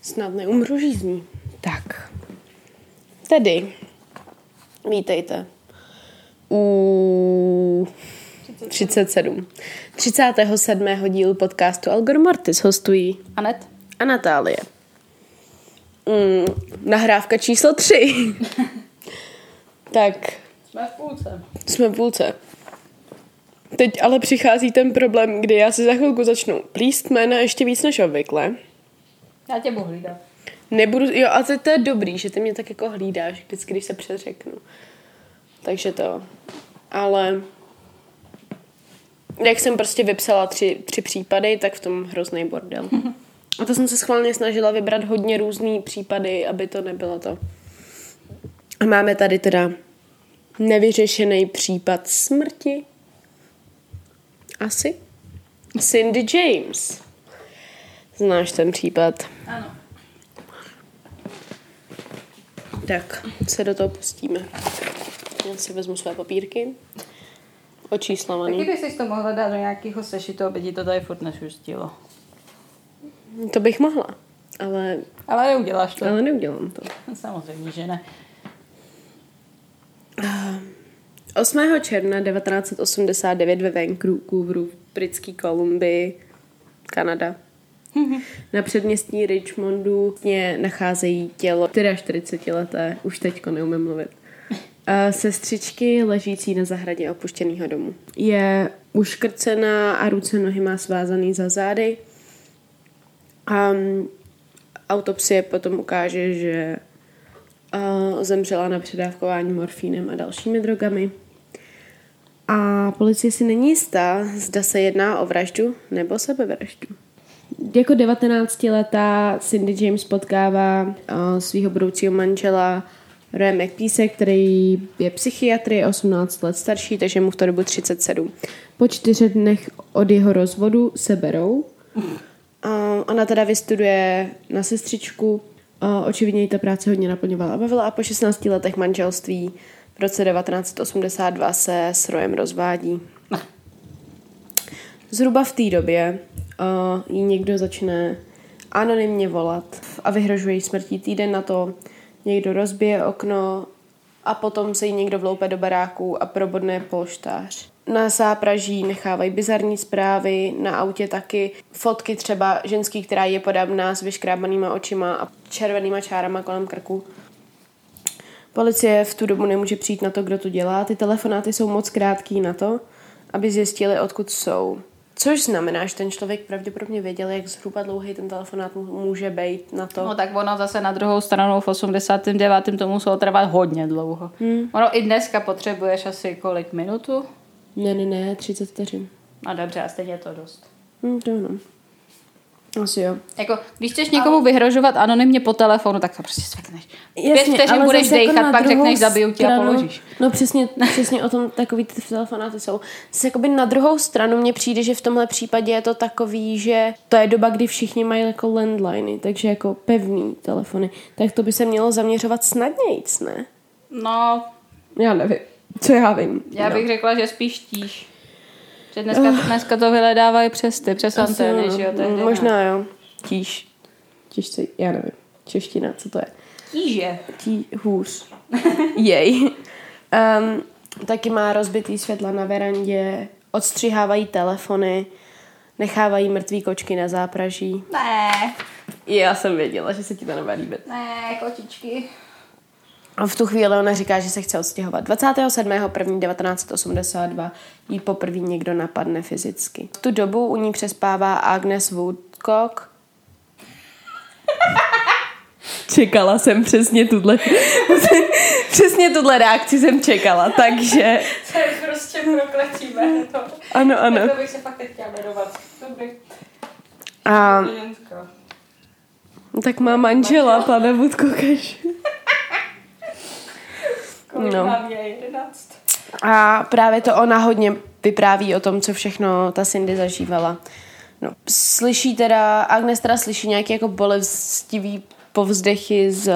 Snad neumřu žízní. Tak. Tedy, vítejte u 37. 37. dílu podcastu Algor Mortis hostují Anet a Natálie. Nahrávka číslo 3. Tak. Jsme v půlce. Teď ale přichází ten problém, kdy já si za chvilku začnu plíst jména ještě víc než obvykle. Já tě budu hlídat. Nebudu, jo, a to je dobrý, že ty mě tak jako hlídáš vždycky, když se přeřeknu. Takže to. Ale jak jsem prostě vypsala tři případy, tak v tom hrozný bordel. A to jsem se schválně snažila vybrat hodně různý případy, aby to nebylo to. A máme tady teda nevyřešený případ smrti. Asi? Cindy James. Znáš ten případ? Ano. Tak, se do toho pustíme. Já si vezmu své papírky. Očíslovaný. Taky by si to mohla dát do nějakého sešitu, aby ti to tady furt nešustilo. To bych mohla, ale... Ale neuděláš to. Ale neudělám to. Samozřejmě, že ne. 8. června 1989 ve Vancouveru v Britské Kolumbii, Kanada. Na předměstí Richmondu nacházejí tělo 44leté, už teďko neumím mluvit, sestřičky ležící na zahradě opuštěného domu. Je uškrcená a ruce nohy má svázaný za zády. Autopsie potom ukáže, že zemřela na předávkování morfínem a dalšími drogami. A policie si není jistá, zda se jedná o vraždu nebo sebevraždu. Jako 19letá Cindy James potkává svého budoucího manžela Roye McPeace, který je psychiatr, je 18 let starší, takže mu v té dobu 37. Po 4 dnech od jeho rozvodu se berou. Ona teda vystuduje na sestřičku, očividně jí ta práce hodně naplňovala a bavila a po 16 letech manželství v roce 1982 se s Royem rozvádí. Zhruba v té době jí někdo začne anonymně volat a vyhrožuje jí smrtí. Týden na to někdo rozbije okno a potom se jí někdo vloupe do baráku a probodne polštář. Na zápraží nechávají bizarní zprávy, na autě taky fotky třeba ženský, která je podobná s vyškrábanýma očima a červenýma čárama kolem krku. Policie v tu dobu nemůže přijít na to, kdo to dělá. Ty telefonáty jsou moc krátký na to, aby zjistili, odkud jsou. Což znamená, že ten člověk pravděpodobně věděl, jak zhruba dlouhý ten telefonát může být na to. No tak ono zase na druhou stranu v 89. to muselo trvat hodně dlouho. Ono i dneska potřebuješ asi kolik minutu? Ne, 30 vteřin. No dobře, a stejně je to dost. To no. Asi jo. Jako, když chceš někomu vyhrožovat anonymně po telefonu, tak to prostě svekneš. Jasně, 5 vteřin budeš dejchat, jako pak řekneš zabiju tě a položíš. No přesně o tom takový ty telefonáty jsou. Zase jakoby na druhou stranu mně přijde, že v tomhle případě je to takový, že to je doba, kdy všichni mají jako landliny, takže jako pevný telefony. Tak to by se mělo zaměřovat snadnějc, ne? No. Já nevím. Co já vím. Já bych řekla, že spíš tíž. Že dneska to vyhledávají přes antény, že jo? Možná jo. Tíž, já nevím. Čeština, co to je? Tíže. Hůř. Jej. Taky má rozbitý světla na verandě, odstřihávají telefony, nechávají mrtvý kočky na zápraží. Ne. Já jsem věděla, že se ti to nebude líbit. Ne, kočičky. A v tu chvíli ona říká, že se chce odstěhovat. 27.1.1982 jí poprvé někdo napadne fyzicky. V tu dobu u ní přespává Agnes Woodcock. Čekala jsem přesně tuhle reakci jsem čekala, takže... To je prostě prokletí jméno. Ano. To bych se fakt chtěla jmenovat. Dobrý. Tak má manžela, pane Woodcockaš. Mám je 11. A právě to ona hodně vypráví o tom, co všechno ta Cindy zažívala. No, Agnes slyší nějaké jako bolestivý povzdechy z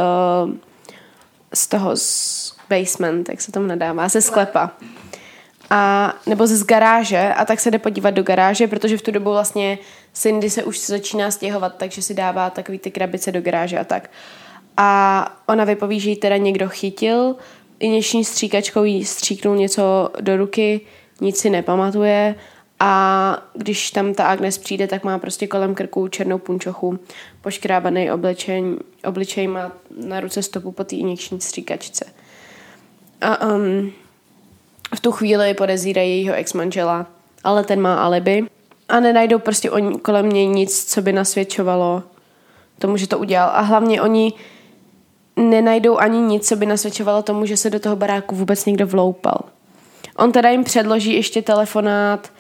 basement, jak se tomu nadává, ze sklepa. nebo z garáže a tak se jde podívat do garáže, protože v tu dobu vlastně Cindy se už začíná stěhovat, takže si dává takový ty krabice do garáže a tak. A ona vypoví, že ji teda někdo chytil, injekční stříkačkou jí stříknul něco do ruky, nic si nepamatuje a když tam ta Agnes přijde, tak má prostě kolem krku černou punčochu, poškrábaný obličej má na ruce stopu po té injekční stříkačce. A v tu chvíli podezírají jejího ex-manžela, ale ten má alibi a nenajdou prostě kolem něj nic, co by nasvědčovalo tomu, že to udělal. A hlavně oni nenajdou ani nic, co by nasvědčovalo tomu, že se do toho baráku vůbec někdo vloupal. On teda jim předloží ještě telefonát,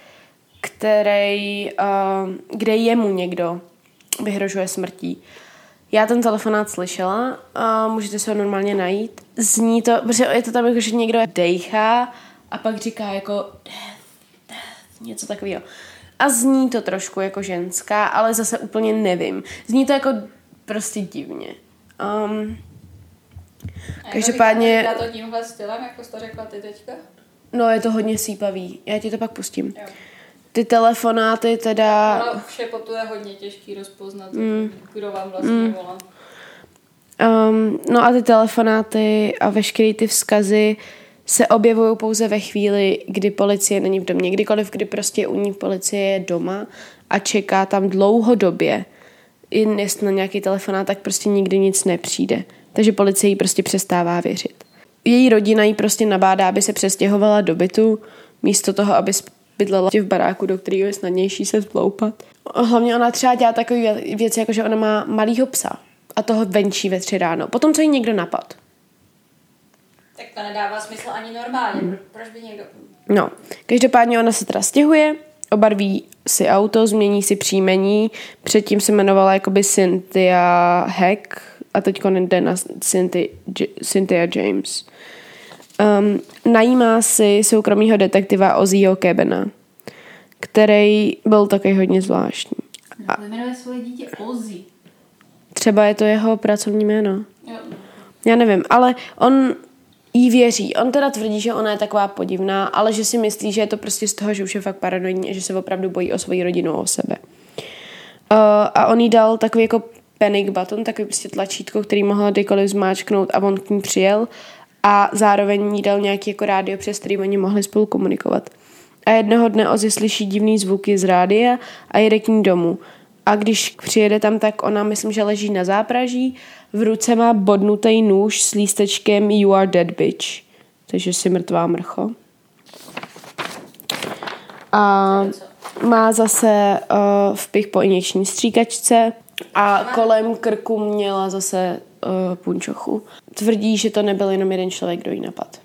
kde jemu někdo vyhrožuje smrtí. Já ten telefonát slyšela a můžete se ho normálně najít. Zní to, protože je to tam jako, že někdo dejchá a pak říká jako death, něco takového. A zní to trošku jako ženská, ale zase úplně nevím. Zní to jako prostě divně. Každopádně... Vypadá to tímhle stylem, jako jsi to řekla ty teďka? No, je to hodně sípavý. Já ti to pak pustím. Jo. Ty telefonáty teda... Ale vše potom je hodně těžký rozpoznat, kdo vám vlastně volá. No a ty telefonáty a veškeré ty vzkazy se objevují pouze ve chvíli, kdy policie není v domě. Kdykoliv, kdy prostě u ní policie je doma a čeká tam dlouhodobě, jestli na nějaký telefonát, tak prostě nikdy nic nepřijde. Takže policie jí prostě přestává věřit. Její rodina jí prostě nabádá, aby se přestěhovala do bytu, místo toho, aby bydlela v baráku, do kterého je snadnější se vloupat. Hlavně ona třeba dělá takové věci, jako že ona má malýho psa a toho venčí ve 3 ráno. Potom, co jí někdo napad. Tak to nedává smysl ani normálně. Proč by někdo... No, každopádně ona se teda stěhuje, obarví si auto, změní si příjmení. Předtím se jmenovala jakoby Cynthia Heck a teď jde na Cynthia James. Najímá si soukromýho detektiva Ozzyho Cabana, který byl taky hodně zvláštní. Jmenuje svoje dítě Ozzy. Třeba je to jeho pracovní jméno. Jo. Já nevím, ale on jí věří. On teda tvrdí, že ona je taková podivná, ale že si myslí, že je to prostě z toho, že už je fakt paranoidní a že se opravdu bojí o svoji rodinu, o sebe. A on jí dal takový jako panic button, takový prostě tlačítko, který mohla kdykoliv zmáčknout a on k ní přijel a zároveň jí dal nějaký jako rádio, přes který oni mohli spolu komunikovat. A jednoho dne Ozzy slyší divný zvuky z rádia a jede k ní domů. A když přijede tam, tak ona, myslím, že leží na zápraží, v ruce má bodnutý nůž s lístečkem You are dead bitch. Takže si mrtvá mrcho. A má zase vpich po injekční stříkačce a kolem krku měla zase punčochu. Tvrdí, že to nebyl jenom jeden člověk, kdo jí napad.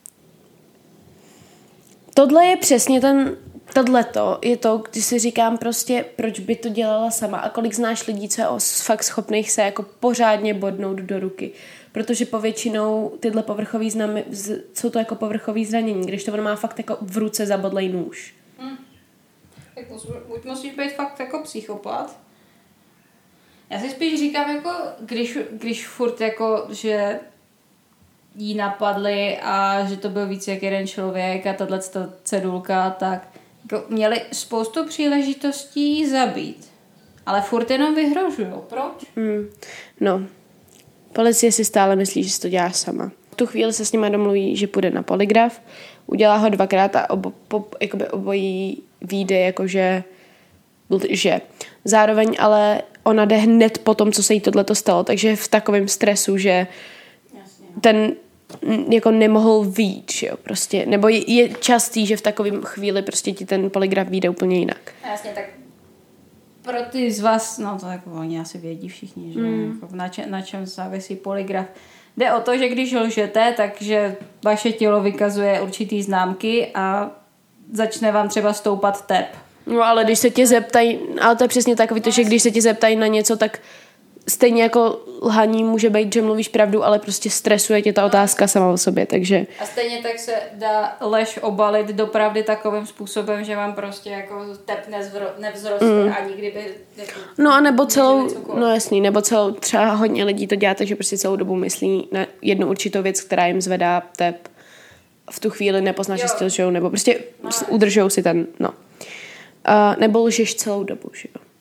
Tohle je přesně tohleto je to, když si říkám prostě, proč by to dělala sama a kolik znáš lidí, co je fakt schopných se jako pořádně bodnout do ruky. Protože povětšinou tyhle povrchový jsou to jako povrchový zranění, když to on má fakt jako v ruce zabodlej nůž. Tak buď musíš být fakt jako psychopat. Já si spíš říkám jako, když furt jako, že jí napadli a že to byl víc jak jeden člověk a tato cedulka, tak jako měli spoustu příležitostí zabít. Ale furt jenom vyhrožujou. Proč? No, policie si stále myslí, že si to dělá sama. V tu chvíli se s nima domluví, že půjde na polygraf, udělá ho 2krát a obojí vyjde jakože že. Zároveň ale ona jde hned po tom, co se jí tohleto stalo, takže je v takovém stresu, že ten jako nemohl vyjít, že jo, prostě. Nebo je častý, že v takovém chvíli prostě ti ten polygraf vyjde úplně jinak. Jasně, tak pro ty z vás, no to jako oni asi vědí všichni, že jako na čem závisí polygraf. Jde o to, že když lžete, takže vaše tělo vykazuje určitý známky a začne vám třeba stoupat tep. No ale když se tě zeptají, ale to je přesně takový, že když se tě zeptají na něco, tak stejně jako lhaní může být, že mluvíš pravdu, ale prostě stresuje tě ta otázka sama o sobě, takže... A stejně tak se dá lež obalit do pravdy takovým způsobem, že vám prostě jako tep nevzroste a nikdy by... Jako, no a nebo celou, no jasný, nebo celou, třeba hodně lidí to dělá, takže prostě celou dobu myslí na jednu určitou věc, která jim zvedá tep. V tu chvíli nepoznáš, že si lžou, nebo prostě udržou si ten, no. Nebo lžeš celou dobu, že jo.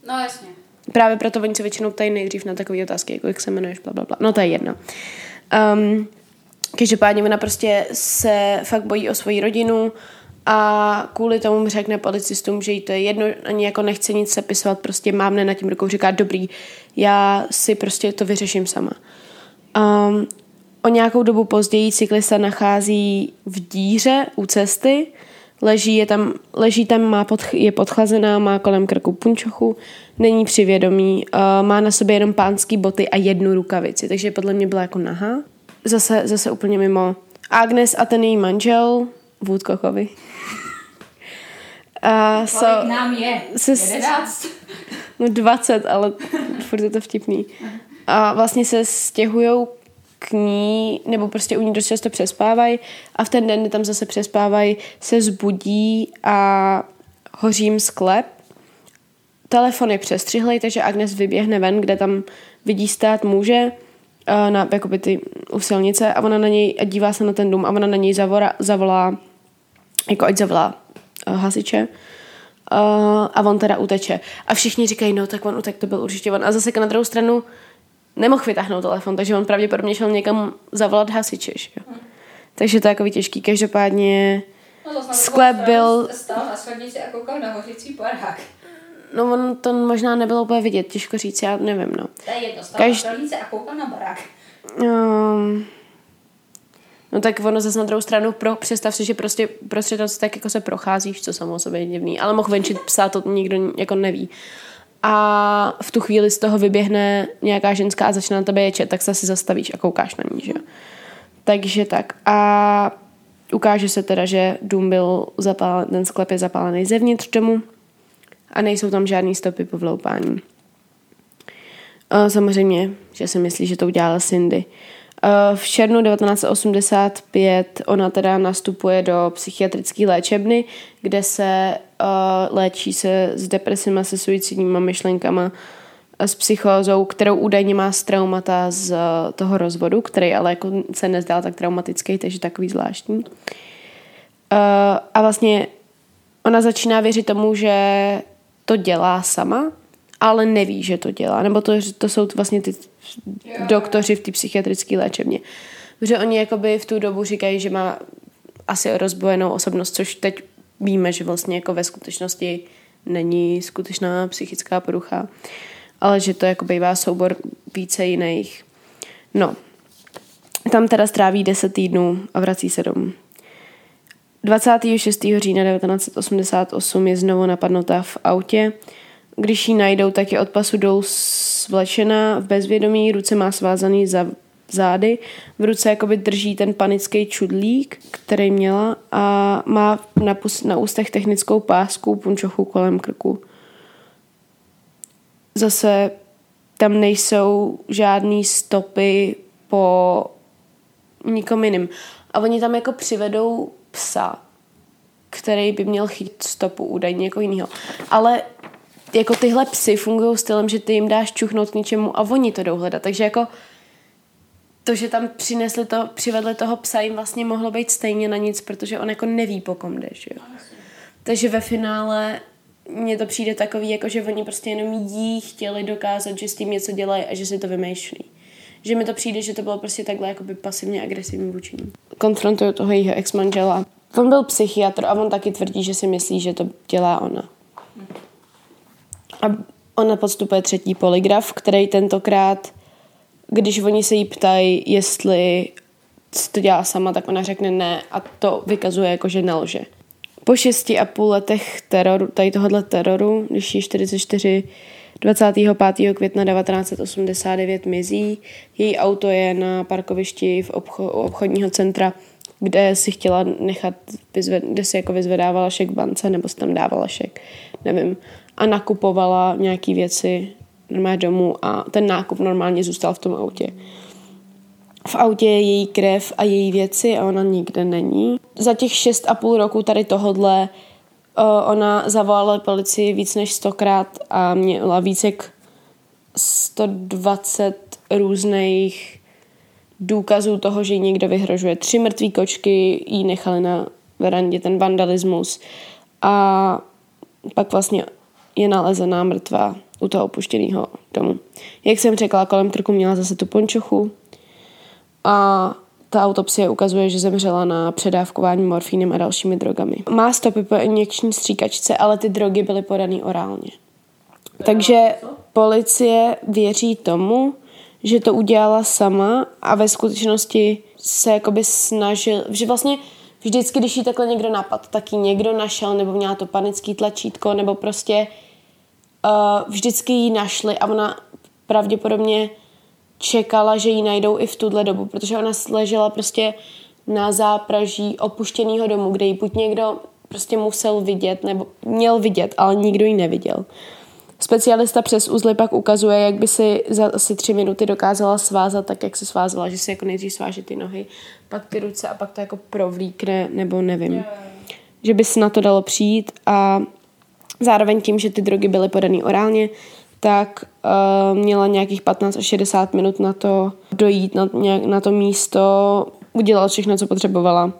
No jasně. Právě proto oni se většinou ptají nejdřív na takové otázky, jako jak se jmenuješ, blablabla. No to je jedno. Každopádně ona prostě se fakt bojí o svoji rodinu a kvůli tomu řekne policistům, že jí to je jedno, ani jako nechce nic sepisovat, prostě mávne nad tím rukou, říká dobrý, já si prostě to vyřeším sama. O nějakou dobu později cyklista nachází v díře u cesty, leží tam, je podchlazená, má kolem krku punčochu, není při vědomí, má na sobě jenom pánský boty a jednu rukavici, takže podle mě byla jako nahá. Zase úplně mimo. Agnes a ten její manžel, Woodcockovi. Kolik nám je? 11? No 20, ale furt je to vtipný. A vlastně se stěhujou k ní, nebo prostě u ní dost často přespávají a v ten den, kdy tam zase přespávají, se zbudí a hoří jim sklep. Telefon je přestřihlej, takže Agnes vyběhne ven, kde tam vidí stát muže jakoby u silnice a ona na něj a dívá se na ten dům a ona na něj zavolá jako ať zavolá hasiče a on teda uteče. A všichni říkají, no tak on utek, to byl určitě on. A zase na druhou stranu nemohl vytáhnout telefon, takže on pravděpodobně šel někam zavolat hasiče. Takže to je jako těžký. Každopádně sklep byl... Stál na schodnici a koukal na hořící barák. No on to možná nebylo úplně vidět, těžko říct, já nevím, no. To je jedno, stál na schodnici a koukal na barák. No tak ono zase na druhou stranu, představ si, že prostě prostřed toho tak jako se procházíš, co samo o sobě je divný, ale mohl venčit psa, to nikdo jako neví. A v tu chvíli z toho vyběhne nějaká ženská a začne na tebe ječet, tak se asi zastavíš a koukáš na ní, že jo. Takže tak. A ukáže se teda, že dům byl zapálen, ten sklep je zapálený zevnitř domu a nejsou tam žádný stopy po vloupání. Samozřejmě, že si myslí, že to udělala Cindy. V červnu 1985 ona teda nastupuje do psychiatrické léčebny, kde se léčí se s depresima, se suicidníma myšlenkama, s psychózou, kterou údajně má z traumata z toho rozvodu, který ale jako se nezdál tak traumatický, takže takový zvláštní. A vlastně ona začíná věřit tomu, že to dělá sama, ale neví, že to dělá. Nebo to jsou vlastně ty doktoři v té psychiatrické léčebně. Protože oni jakoby v tu dobu říkají, že má asi rozbojenou osobnost, což teď víme, že vlastně jako ve skutečnosti není skutečná psychická porucha, ale že to jako bývá soubor více jiných. No, tam teda stráví 10 týdnů a vrací se domů. 26. října 1988 je znovu napadnutá v autě. Když ji najdou, tak je od pasu dolů svlečená v bezvědomí, ruce má svázaný za zády, v ruce jakoby drží ten panický čudlík, který měla a má na ústech technickou pásku, punčochu kolem krku. Zase tam nejsou žádný stopy po nikom jiným. A oni tam jako přivedou psa, který by měl chytit stopu údajně jako jinýho. Ale jako tyhle psy fungují stylem, že ty jim dáš čuchnout k něčemu a oni to jdou hledat. Takže jako to, že tam přivedli toho psa, jim vlastně mohlo být stejně na nic, protože on jako neví, po kom jdeš. Jo. Takže ve finále mně to přijde takový, jako že oni prostě jenom jí chtěli dokázat, že s tím něco dělají a že si to vymýšlí. Že mi to přijde, že to bylo prostě takhle jakoby pasivně agresivní vůči ní. Konfrontuju toho jejího ex-manžela. On byl psychiatr a on taky tvrdí, že si myslí, že to dělá ona. A ona podstupuje 3. polygraf, který tentokrát, když oni se jí ptají, jestli to dělá sama, tak ona řekne ne a to vykazuje jako, že nelže. Po 6,5 letech teroru, tady tohohle teroru, když je 44, 25. května 1989 mizí, její auto je na parkovišti u obchodního centra, kde si chtěla nechat, kde si jako vyzvedávala šek v bance, nebo si tam dávala šek, nevím. A nakupovala nějaký věci normálně domů a ten nákup normálně zůstal v tom autě. V autě je její krev a její věci a ona nikde není. Za těch 6,5 roku tady tohodle ona zavolala policii víc než 100krát a měla víc jak 120 různých důkazů toho, že jí někdo vyhrožuje. 3 mrtvý kočky jí nechali na verandě, ten vandalismus. A pak vlastně je nalezená mrtvá u toho opuštěného domu. Jak jsem řekla, kolem krku měla zase tu pončochu a ta autopsie ukazuje, že zemřela na předávkování morfínem a dalšími drogami. Má stopy po injekční stříkačce, ale ty drogy byly podaný orálně. Takže policie věří tomu, že to udělala sama a ve skutečnosti se jakoby snažil, že vlastně vždycky, když jí takhle někdo napad, tak ji někdo našel, nebo měla to panický tlačítko, nebo prostě vždycky ji našli a ona pravděpodobně čekala, že ji najdou i v tuhle dobu, protože ona ležela prostě na zápraží opuštěného domu, kde ji buď někdo prostě musel vidět, nebo měl vidět, ale nikdo ji neviděl. Specialista přes uzly pak ukazuje, jak by si za asi 3 minuty dokázala svázat tak, jak se svázala, že si jako nejdřív sváže ty nohy, pak ty ruce a pak to jako provlíkne, nebo nevím. Že by se na to dalo přijít a zároveň tím, že ty drogy byly podaný orálně, tak měla nějakých 15 až 60 minut na to dojít na to místo, udělat všechno, co potřebovala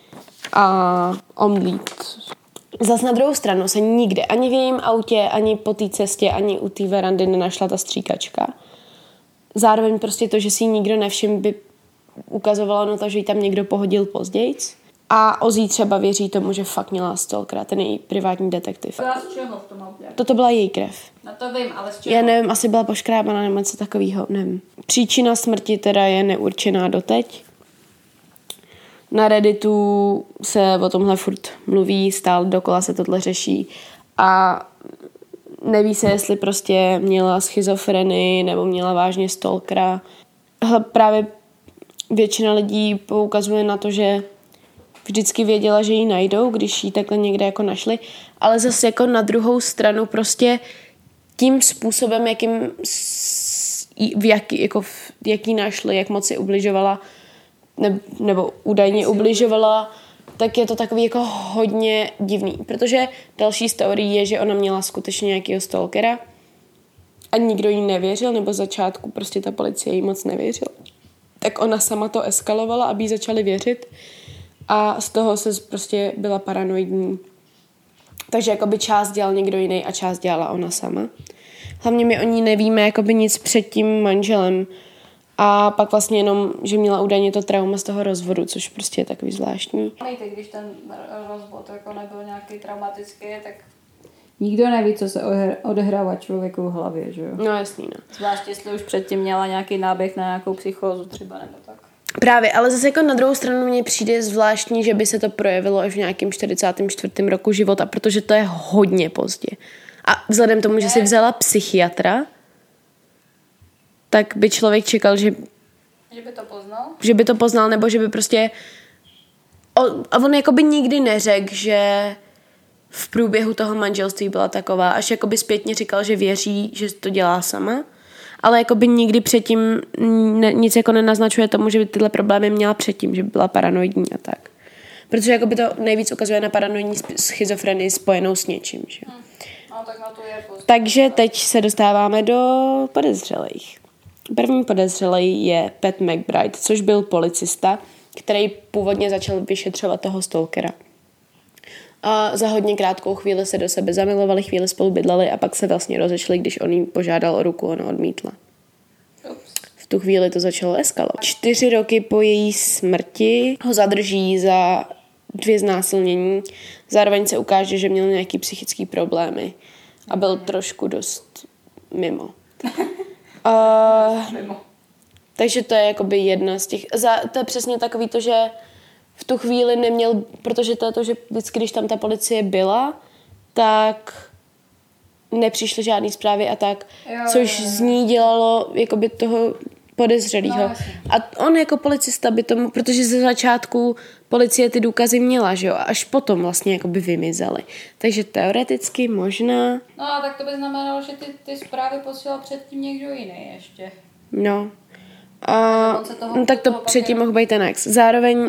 a omdlít. Zas na druhou stranu se nikde, ani v jejím autě, ani po té cestě, ani u té verandy nenašla ta stříkačka. Zároveň prostě to, že si ji nikdo nevšiml, by ukazovalo na to, že ji tam někdo pohodil pozdějc. A Ozzy třeba věří tomu, že fakt měla stalkera, ten její privátní detektiv. Byla z čeho v tom autě? Toto byla její krev. No to vím, ale z čeho? Já nevím, asi byla poškrábaná nebo něco takového, nevím. Příčina smrti teda je neurčená doteď. Na Redditu se o tomhle furt mluví, stále dokola se tohle řeší a neví se, jestli prostě měla schizofrenii nebo měla vážně stalkera. Právě většina lidí poukazuje na to, že vždycky věděla, že ji najdou, když ji takhle někde jako našli, ale zase jako na druhou stranu prostě tím způsobem, jaký našli, jak moc si ubližovala, nebo údajně ubližovala, tak je to takový jako hodně divný. Protože další story je, že ona měla skutečně nějakého stalkera a nikdo jí nevěřil, nebo z začátku prostě ta policie jí moc nevěřila. Tak ona sama to eskalovala, aby jí začali věřit a z toho se prostě byla paranoidní. Takže jakoby část dělal někdo jiný a část dělala ona sama. Hlavně my o ní nevíme jakoby nic před tím manželem. A pak vlastně jenom, že měla údajně to trauma z toho rozvodu, což prostě je takový zvláštní. Když ten rozvod jako nebyl nějaký traumatický, tak nikdo neví, co se odehrává člověku v hlavě, že jo? No jasný, no. Zvláště, jestli už předtím měla nějaký náběh na nějakou psychózu třeba nebo tak. Právě, ale zase jako na druhou stranu mně přijde zvláštní, že by se to projevilo až v nějakém 44. roku života, protože to je hodně pozdě. A vzhledem tomu, že si vzala psychiatra, tak by člověk čekal, že by to poznal? Že by to poznal, nebo že by prostě... A on jakoby nikdy neřekl, že v průběhu toho manželství byla taková, až jakoby zpětně říkal, že věří, že to dělá sama, ale jakoby nikdy předtím nic jako nenaznačuje tomu, že by tyhle problémy měla předtím, že by byla paranoidní a tak. Protože jakoby to nejvíc ukazuje na paranoidní schizofrenii spojenou s něčím, že? No, tak na to je pozdě. Takže teď se dostáváme do podezřelých. První podezřelý je Pat McBride, což byl policista, který původně začal vyšetřovat toho stalkera. A za hodně krátkou chvíli se do sebe zamilovali, chvíli spolu bydleli a pak se vlastně rozešli, když on jí požádal o ruku, ona odmítla. V tu chvíli to začalo eskalovat. 4 roky po její smrti ho zadrží za 2 znásilnění. Zároveň se ukáže, že měl nějaký psychický problémy a byl trošku dost mimo. Takže to je jakoby jedna z těch... To je přesně takový to, že v tu chvíli neměl... Protože to je to, že vždycky, když tam ta policie byla, tak nepřišly žádný zprávy a tak, což z ní dělalo jakoby toho podezřelýho. No, a on jako policista by tomu... Protože ze začátku policie ty důkazy měla, že jo? A až potom vlastně jakoby vymizely. Takže teoreticky možná... No a tak to by znamenalo, že ty zprávy posílal předtím někdo jiný ještě. No. No tak to předtím mohl být ten ex. Zároveň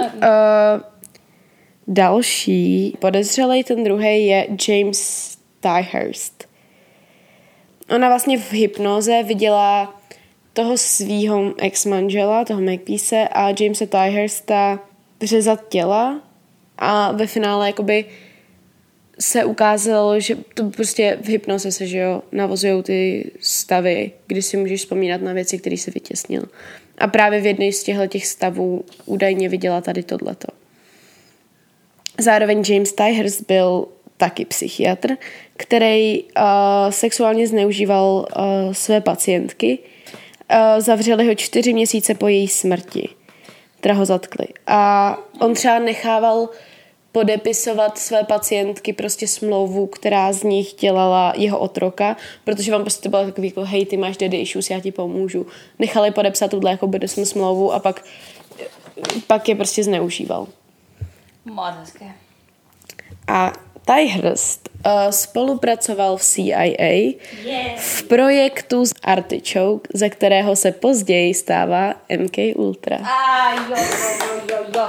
další podezřelej, ten druhý je James Ticehurst. Ona vlastně v hypnoze viděla toho svýho ex-manžela, toho Makepeace a Jamesa Ticehursta řezat těla a ve finále jakoby se ukázalo, že to prostě v hypnoze se, že jo, navozujou ty stavy, kdy si můžeš vzpomínat na věci, které si vytěsnil. A právě v jedné z těch stavů údajně viděla tady tohleto. Zároveň James Tyhurst byl taky psychiatr, který sexuálně zneužíval své pacientky. Zavřeli ho 4 měsíce po její smrti. Teda ho zatkli. A on třeba nechával podepisovat své pacientky prostě smlouvu, která z nich dělala jeho otroka, protože on prostě to byl takový jako, hej, ty máš daddy issues, já ti pomůžu. Nechali podepsat tuhle jako BDSM smlouvu a pak je prostě zneužíval. Moc A Tyhurst spolupracoval v CIA v projektu Artichoke, ze kterého se později stává MK Ultra. Jo.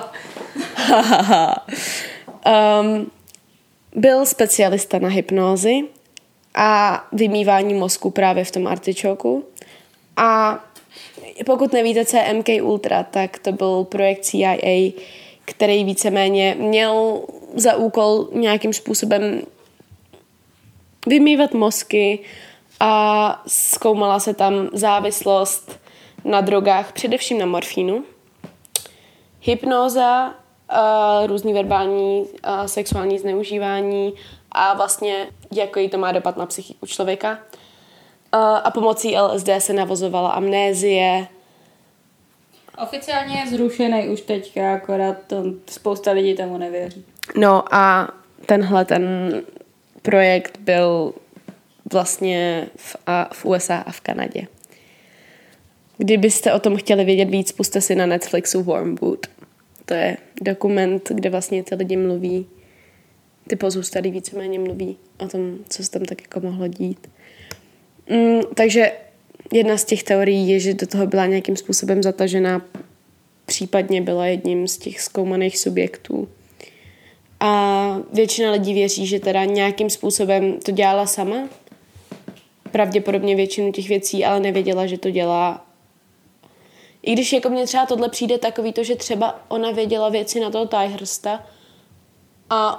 Byl specialista na hypnózy a vymývání mozku právě v tom Artichoku. A pokud nevíte, co je MK Ultra, tak to byl projekt CIA, který víceméně měl za úkol nějakým způsobem vymývat mozky a zkoumala se tam závislost na drogách, především na morfínu, hypnóza, různý verbální sexuální zneužívání a vlastně jaký to má dopad na psychiku člověka. A pomocí LSD se navozovala amnézie. Oficiálně je zrušený už teďka, akorát spousta lidí tomu nevěří. No a ten projekt byl vlastně v USA a v Kanadě. Kdybyste o tom chtěli vědět víc, pusťte si na Netflixu Wormwood. To je dokument, kde vlastně ty lidi mluví, ty pozůstalí víceméně mluví o tom, co se tam tak jako mohlo dít. Takže jedna z těch teorií je, že do toho byla nějakým způsobem zatažená, případně byla jedním z těch zkoumaných subjektů. A většina lidí věří, že teda nějakým způsobem to dělala sama. Pravděpodobně většinu těch věcí, ale nevěděla, že to dělá. I když jako mně třeba tohle přijde takový to, že třeba ona věděla věci na toho Tyhursta a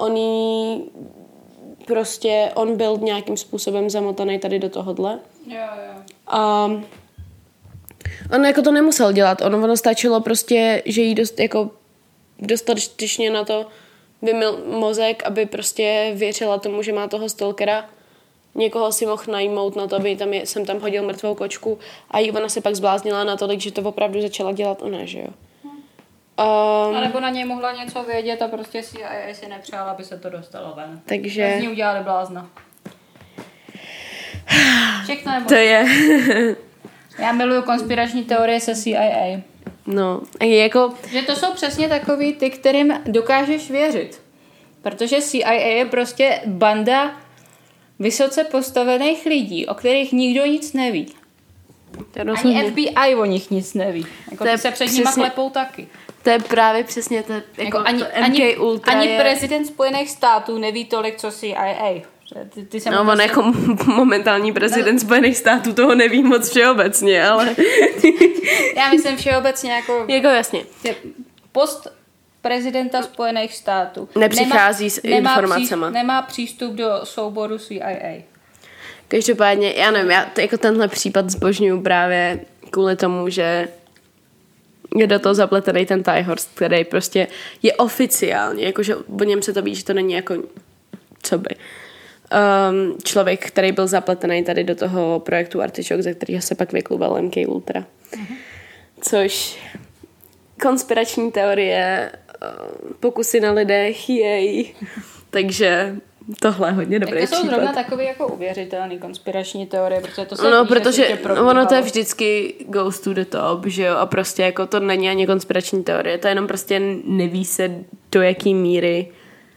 on byl nějakým způsobem zamotaný tady do tohodle. Jo. A on jako to nemusel dělat. Ono stačilo prostě, že jí dostatečně na to vymyl mozek, aby prostě věřila tomu, že má toho stalkera. Někoho si mohl najmout na to, aby jsem tam hodil mrtvou kočku a ona se pak zbláznila natolik, že to opravdu začala dělat ona, že jo. A nebo na něj mohla něco vědět a prostě CIA si nepřála, aby se to dostalo ven. Takže... Z ní udělali blázna. Všechno nebo... To je... Já miluju konspirační teorie se CIA. No, jako... Že to jsou přesně takový ty, kterým dokážeš věřit. Protože CIA je prostě banda vysoce postavených lidí, o kterých nikdo nic neví. Ani FBI o nich nic neví. Jako ty se před nima klepou taky. To je právě přesně to, jako ani MK Ultra ani prezident Spojených států neví tolik, co CIA. No, on jako momentální prezident Spojených států toho neví moc všeobecně, ale... Já myslím všeobecně jako... Jako jasně. Post prezidenta Spojených států nepřichází s informacemi. Nemá přístup do souboru CIA. Každopádně, já nevím, já jako tenhle případ zbožňuju právě kvůli tomu, že je do toho zapletený ten Tyhurst, který prostě je oficiálně, jakože o něm se to ví, že to není jako co by. Člověk, který byl zapletený tady do toho projektu Artichoke, ze kterého se pak vyklubal MK Ultra. Což konspirační teorie, pokusy na lidech, jej. Takže tohle je hodně dobrý případ. To jsou zrovna takový jako uvěřitelný konspirační teorie, protože to se protože ono to je vždycky goes to the top, že jo, a prostě jako to není ani konspirační teorie, to jenom prostě neví se do jaký míry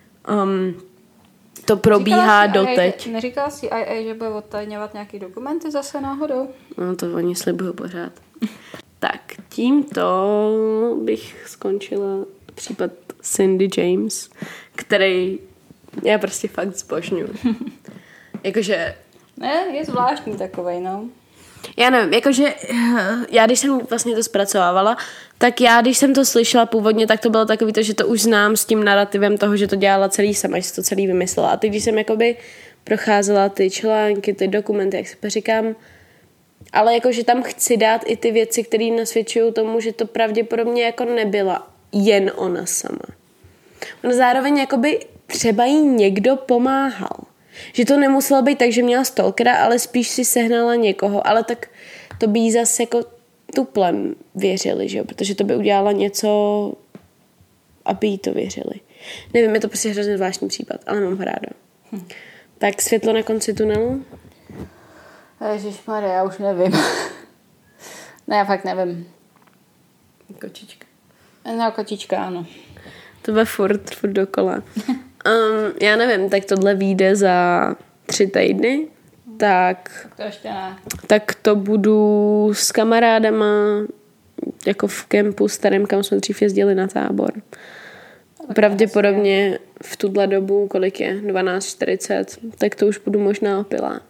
to probíhá doteď. Neříkala CIA, že bude odtajňovat nějaký dokumenty zase náhodou? No to oni slibují pořád. Tak, tímto bych skončila případ Cindy James, který já prostě fakt zbožňuju. Jakože... Ne, je zvláštní takovej, no. Já nevím, jakože já když jsem vlastně to zpracovávala, tak já když jsem to slyšela původně, tak to bylo takový to, že to už znám s tím narrativem toho, že to dělala celý sama, že to celý vymyslela. A teď, když jsem jakoby procházela ty články, ty dokumenty, jak se říkám, ale jakože tam chci dát i ty věci, které nasvědčují tomu, že to pravděpodobně jako nebyla jen ona sama. Ona zároveň jakoby třeba jí někdo pomáhal. Že to nemuselo být tak, že měla stalkera, ale spíš si sehnala někoho, ale tak to by jí zase jako tuplem věřili, že jo? Protože to by udělala něco, aby jí to věřili. Nevím, je to prostě hrozně zvláštní případ, ale mám ho ráda. Tak světlo na konci tunelu? Ježišmarja, já už nevím. Ne, já fakt nevím. Kočička. No, kočička, ano. To bude furt dokola. Já nevím, tak tohle vyjde za 3 týdny, tak To ještě ne. tak to budu s kamarádama jako v kempu starém, kam jsme dřív jezdili na tábor. Pravděpodobně v tuhle dobu, kolik je, 12:40, tak to už budu možná opilá.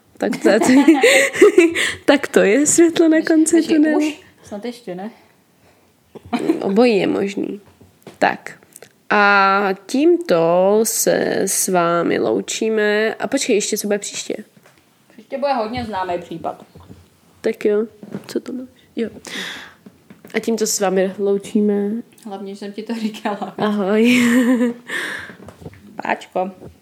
Tak to je světlo na konci tunelu. Snad ještě, ne? Obojí je možný. Tak. A tímto se s vámi loučíme. A počkej, ještě co bude příště? Příště bude hodně známý případ. Tak jo. Co to máš? Jo. A tímto se s vámi loučíme. Hlavně, že jsem ti to říkala. Ahoj. Páčko.